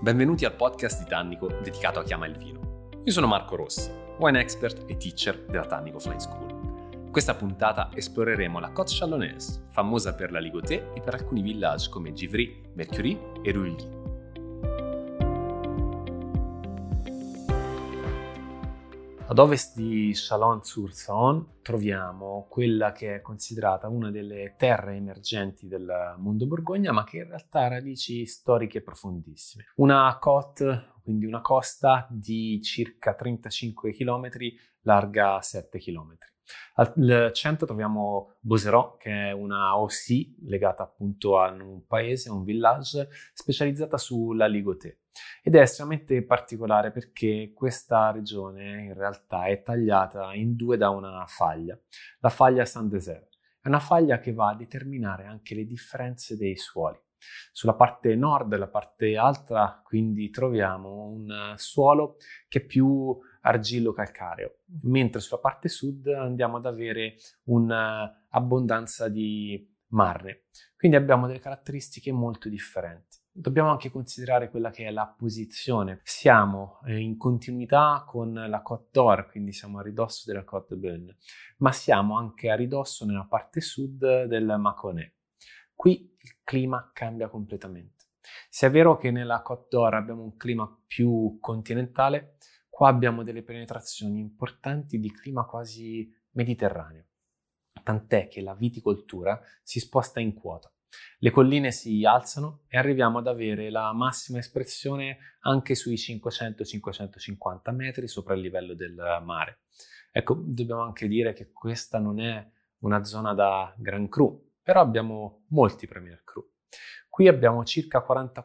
Benvenuti al podcast di Tannico dedicato a chi ama il vino. Io sono Marco Rossi, wine expert e teacher della Tannico Flying School. In questa puntata esploreremo la Côte Chalonnaise, famosa per la Ligotée e per alcuni village come Givry, Mercury e Rully. Ad ovest di Chalon-sur-Saône troviamo quella che è considerata una delle terre emergenti del mondo Borgogna, ma che in realtà ha radici storiche profondissime. Una côte, quindi una costa di circa 35 km, larga 7 km. Al centro troviamo Beauceron, che è una OC legata appunto a un paese, a un village, specializzata sulla Ligotée. Ed è estremamente particolare perché questa regione in realtà è tagliata in due da una faglia, la faglia Saint-Désert. È una faglia che va a determinare anche le differenze dei suoli. Sulla parte nord, la parte alta, quindi troviamo un suolo che è più argillo-calcareo, mentre sulla parte sud andiamo ad avere un'abbondanza di marne. Quindi abbiamo delle caratteristiche molto differenti. Dobbiamo anche considerare quella che è la posizione. Siamo in continuità con la Côte d'Or, quindi siamo a ridosso della Côte de Beaune, ma siamo anche a ridosso nella parte sud del Mâconnais. Qui il clima cambia completamente. Se è vero che nella Côte d'Or abbiamo un clima più continentale, qua abbiamo delle penetrazioni importanti di clima quasi mediterraneo. Tant'è che la viticoltura si sposta in quota. Le colline si alzano e arriviamo ad avere la massima espressione anche sui 500-550 metri sopra il livello del mare. Ecco, dobbiamo anche dire che questa non è una zona da Grand Cru, però abbiamo molti Premier Cru. Qui abbiamo circa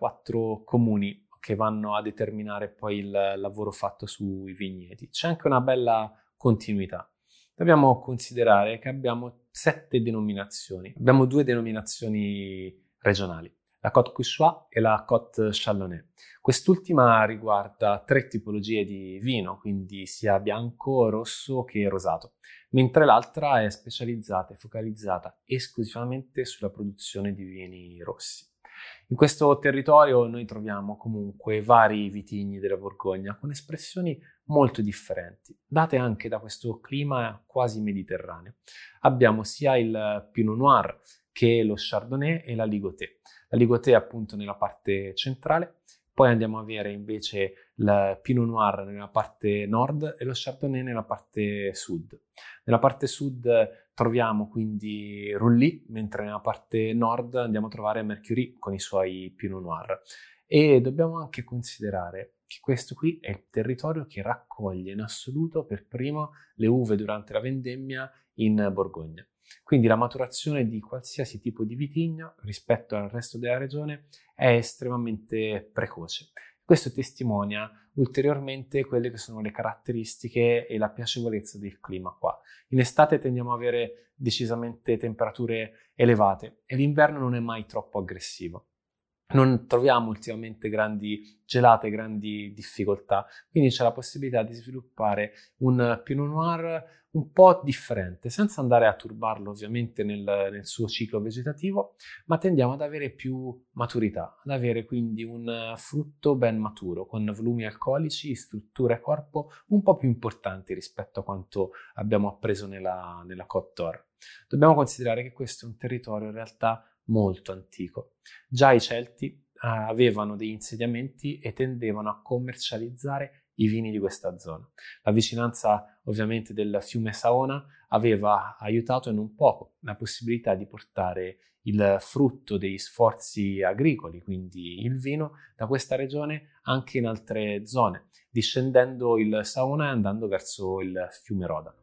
44 comuni che vanno a determinare poi il lavoro fatto sui vigneti. C'è anche una bella continuità. Dobbiamo considerare che abbiamo 7 denominazioni. Abbiamo 2 denominazioni regionali, la Côte Cauchois e la Côte Chalonnaise. Quest'ultima riguarda 3 tipologie di vino, quindi sia bianco, rosso che rosato, mentre l'altra è specializzata e focalizzata esclusivamente sulla produzione di vini rossi. In questo territorio noi troviamo comunque vari vitigni della Borgogna con espressioni molto differenti, date anche da questo clima quasi mediterraneo. Abbiamo sia il Pinot Noir che lo Chardonnay e la Ligotée. La Ligotée appunto nella parte centrale, poi andiamo a avere invece il Pinot Noir nella parte nord e lo Chardonnay nella parte sud. Nella parte sud troviamo quindi Rully, mentre nella parte nord andiamo a trovare Mercury con i suoi Pinot Noir. E dobbiamo anche considerare che questo qui è il territorio che raccoglie in assoluto per primo le uve durante la vendemmia in Borgogna. Quindi la maturazione di qualsiasi tipo di vitigno rispetto al resto della regione è estremamente precoce. Questo testimonia ulteriormente quelle che sono le caratteristiche e la piacevolezza del clima qua. In estate tendiamo ad avere decisamente temperature elevate e l'inverno non è mai troppo aggressivo. Non troviamo ultimamente grandi gelate, grandi difficoltà, quindi c'è la possibilità di sviluppare un Pinot Noir un po' differente, senza andare a turbarlo ovviamente nel suo ciclo vegetativo, ma tendiamo ad avere più maturità, ad avere quindi un frutto ben maturo, con volumi alcolici, struttura e corpo un po' più importanti rispetto a quanto abbiamo appreso nella Côte d'Or. Dobbiamo considerare che questo è un territorio in realtà molto antico. Già i Celti avevano degli insediamenti e tendevano a commercializzare i vini di questa zona. La vicinanza ovviamente del fiume Saona aveva aiutato e non poco la possibilità di portare il frutto degli sforzi agricoli, quindi il vino, da questa regione anche in altre zone, discendendo il Saona e andando verso il fiume Rodano.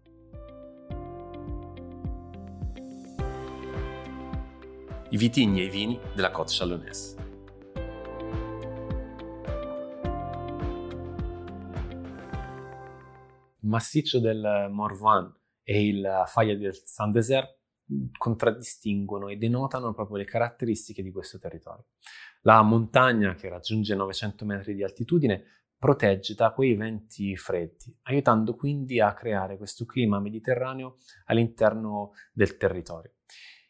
I vitigni e i vini della Côte Chalonnaise. Il massiccio del Morvan e la faglia del Saint-Désert contraddistinguono e denotano proprio le caratteristiche di questo territorio. La montagna, che raggiunge 900 metri di altitudine, protegge da quei venti freddi, aiutando quindi a creare questo clima mediterraneo all'interno del territorio.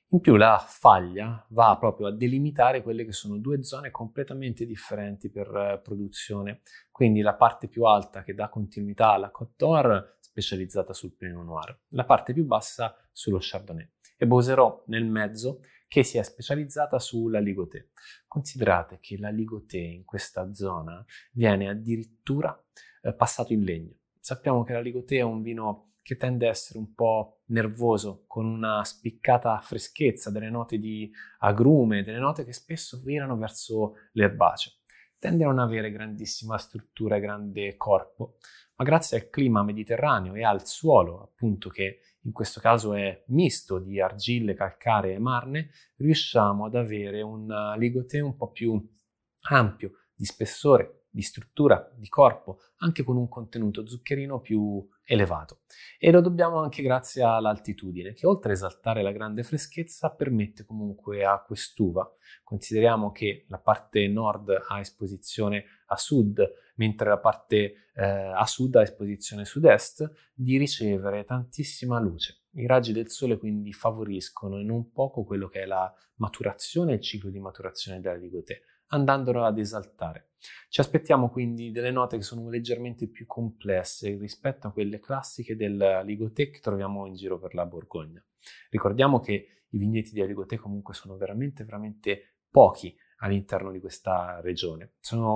In più la faglia va proprio a delimitare quelle che sono due zone completamente differenti per produzione. Quindi la parte più alta che dà continuità alla Côte d'Or, specializzata sul Pinot Noir, la parte più bassa sullo Chardonnay e Beauceron nel mezzo che si è specializzata sulla Ligoté. Considerate che la Ligoté in questa zona viene addirittura passato in legno. Sappiamo che la Ligoté è un vino che tende a essere un po' nervoso, con una spiccata freschezza, delle note di agrume, delle note che spesso virano verso l'erbaceo. Tende a non avere grandissima struttura e grande corpo, ma grazie al clima mediterraneo e al suolo, appunto, che in questo caso è misto di argille, calcaree e marne, riusciamo ad avere un Ligoté un po' più ampio, di spessore, di struttura, di corpo, anche con un contenuto zuccherino più elevato. E lo dobbiamo anche grazie all'altitudine, che oltre a esaltare la grande freschezza, permette comunque a quest'uva. Consideriamo che la parte nord ha esposizione a sud, mentre la parte a sud ha esposizione sud-est, di ricevere tantissima luce. I raggi del sole quindi favoriscono in un poco quello che è la maturazione e il ciclo di maturazione della Ligoté, andandolo ad esaltare. Ci aspettiamo quindi delle note che sono leggermente più complesse rispetto a quelle classiche del Ligoté che troviamo in giro per la Borgogna. Ricordiamo che i vigneti di Ligoté comunque sono veramente pochi all'interno di questa regione.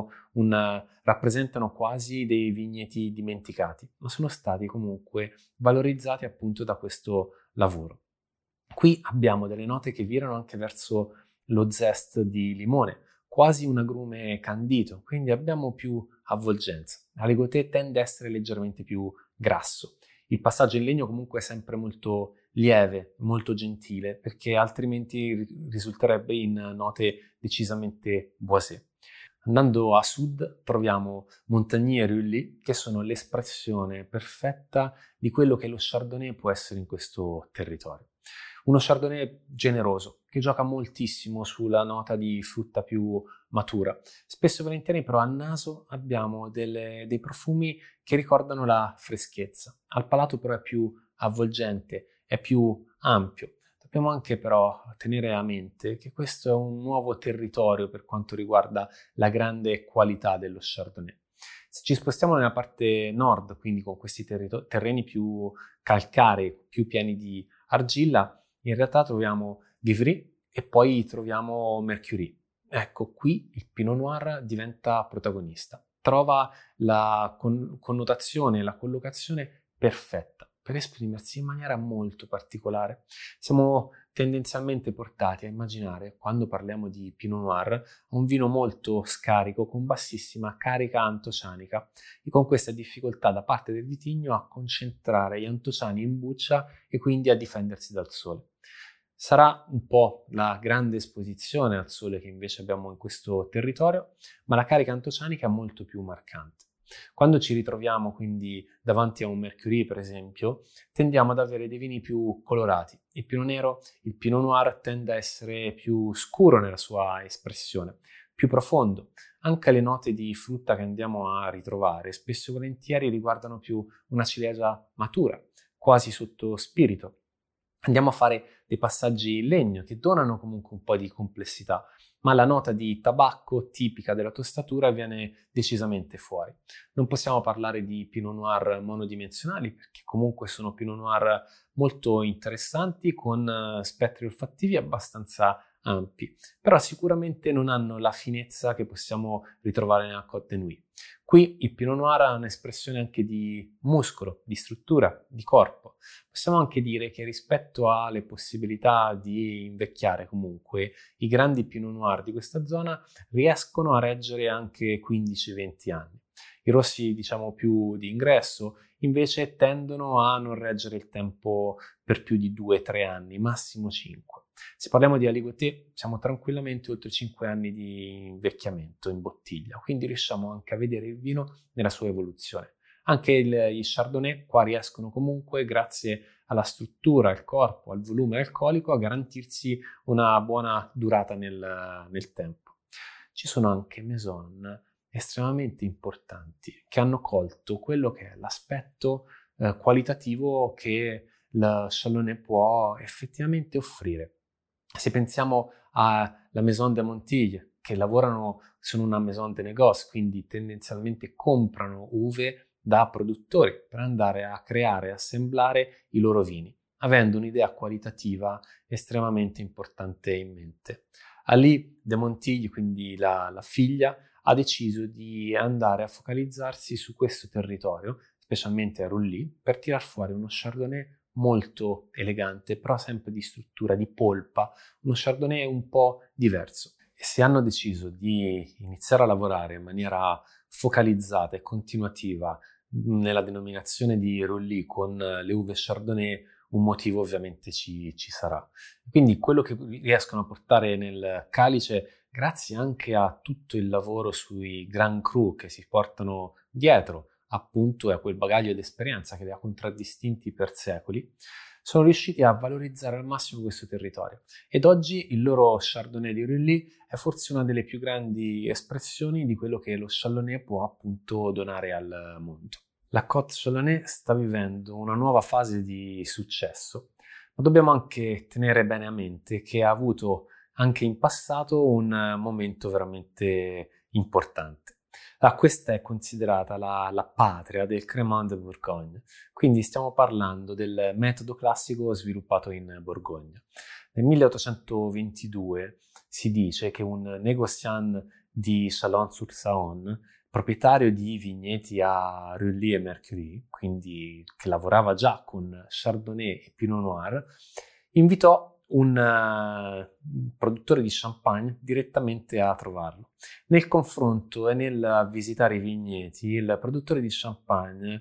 Rappresentano quasi dei vigneti dimenticati, ma sono stati comunque valorizzati appunto da questo lavoro. Qui abbiamo delle note che virano anche verso lo zest di limone, quasi un agrume candito, quindi abbiamo più avvolgenza. La Ligoté tende a essere leggermente più grasso. Il passaggio in legno comunque è sempre molto lieve, molto gentile, perché altrimenti risulterebbe in note decisamente boisé. Andando a sud troviamo Montagny e Rully, che sono l'espressione perfetta di quello che lo Chardonnay può essere in questo territorio. Uno Chardonnay generoso, che gioca moltissimo sulla nota di frutta più matura. Spesso e volentieri però a naso abbiamo dei profumi che ricordano la freschezza. Al palato però è più avvolgente, è più ampio. Dobbiamo anche però tenere a mente che questo è un nuovo territorio per quanto riguarda la grande qualità dello Chardonnay. Se ci spostiamo nella parte nord, quindi con questi terreni più calcarei, più pieni di argilla, in realtà troviamo Vivry e poi troviamo Mercury. Ecco, qui il Pinot Noir diventa protagonista. Trova la connotazione, la collocazione perfetta per esprimersi in maniera molto particolare. Siamo tendenzialmente portati a immaginare, quando parliamo di Pinot Noir, un vino molto scarico con bassissima carica antocianica e con questa difficoltà da parte del vitigno a concentrare gli antociani in buccia e quindi a difendersi dal sole. Sarà un po' la grande esposizione al sole che invece abbiamo in questo territorio, ma la carica antocianica è molto più marcante. Quando ci ritroviamo quindi davanti a un Mercury, per esempio, tendiamo ad avere dei vini più colorati. Il Pinot Nero, il Pinot Noir tende a essere più scuro nella sua espressione, più profondo. Anche le note di frutta che andiamo a ritrovare spesso e volentieri riguardano più una ciliegia matura, quasi sotto spirito. Andiamo a fare dei passaggi in legno che donano comunque un po' di complessità, ma la nota di tabacco tipica della tostatura viene decisamente fuori. Non possiamo parlare di Pinot Noir monodimensionali perché comunque sono Pinot Noir molto interessanti con spettri olfattivi abbastanza ampi, però sicuramente non hanno la finezza che possiamo ritrovare nella Côte de Nuits. Qui il Pinot Noir ha un'espressione anche di muscolo, di struttura, di corpo. Possiamo anche dire che rispetto alle possibilità di invecchiare comunque, i grandi Pinot Noir di questa zona riescono a reggere anche 15-20 anni. I rossi, diciamo, più di ingresso invece tendono a non reggere il tempo per più di 2-3 anni, massimo 5. Se parliamo di Aligoté, siamo tranquillamente oltre 5 anni di invecchiamento in bottiglia, quindi riusciamo anche a vedere il vino nella sua evoluzione. Anche i Chardonnay qua riescono comunque, grazie alla struttura, al corpo, al volume alcolico, a garantirsi una buona durata nel tempo. Ci sono anche maison estremamente importanti che hanno colto quello che è l'aspetto qualitativo che il Chardonnay può effettivamente offrire. Se pensiamo alla Maison de Montilles, che sono una maison de négoce, quindi tendenzialmente comprano uve da produttori per andare a creare e assemblare i loro vini, avendo un'idea qualitativa estremamente importante in mente. Alì de Montilles, quindi la figlia, ha deciso di andare a focalizzarsi su questo territorio, specialmente a Roulis, per tirar fuori uno Chardonnay molto elegante, però sempre di struttura di polpa, uno Chardonnay un po' diverso. E se hanno deciso di iniziare a lavorare in maniera focalizzata e continuativa nella denominazione di Roulis con le uve Chardonnay, un motivo ovviamente ci sarà. Quindi quello che riescono a portare nel calice, grazie anche a tutto il lavoro sui Grand Cru che si portano dietro, appunto, e a quel bagaglio di esperienza che li ha contraddistinti per secoli, sono riusciti a valorizzare al massimo questo territorio. Ed oggi il loro Chardonnay di Roulis è forse una delle più grandi espressioni di quello che lo Chardonnay può appunto donare al mondo. La Côte Chalonnais sta vivendo una nuova fase di successo, ma dobbiamo anche tenere bene a mente che ha avuto anche in passato un momento veramente importante. Questa è considerata la patria del Crémant de Bourgogne, quindi stiamo parlando del metodo classico sviluppato in Borgogna. Nel 1822 si dice che un négociant di Chalon-sur-Saône, proprietario di vigneti a Roulis et Mercury, quindi che lavorava già con Chardonnay e Pinot Noir, invitò un produttore di champagne direttamente a trovarlo. Nel confronto e nel visitare i vigneti, il produttore di champagne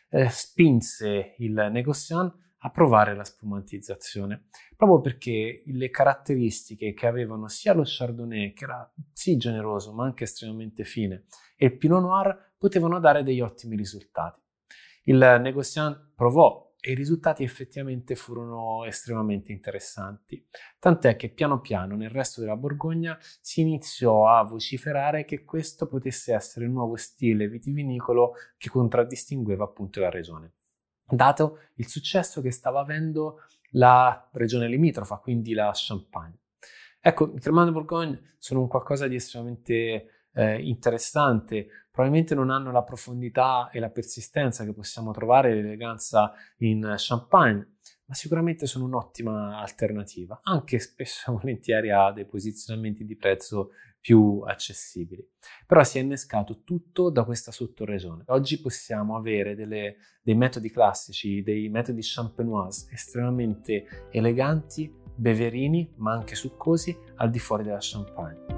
spinse il negoziant a provare la spumantizzazione, proprio perché le caratteristiche che avevano sia lo Chardonnay, che era sì generoso ma anche estremamente fine, e il Pinot Noir potevano dare degli ottimi risultati. Il negoziant provò e i risultati effettivamente furono estremamente interessanti, tant'è che piano piano nel resto della Borgogna si iniziò a vociferare che questo potesse essere il nuovo stile vitivinicolo che contraddistingueva appunto la regione, dato il successo che stava avendo la regione limitrofa, quindi la Champagne. Ecco, i Crémant de Bourgogne sono un qualcosa di estremamente interessante, probabilmente non hanno la profondità e la persistenza che possiamo trovare, l'eleganza in Champagne, ma sicuramente sono un'ottima alternativa, anche spesso e volentieri a dei posizionamenti di prezzo più accessibili. Però si è innescato tutto da questa sottoregione. Oggi possiamo avere dei metodi classici, dei metodi champenoise estremamente eleganti, beverini, ma anche succosi al di fuori della Champagne.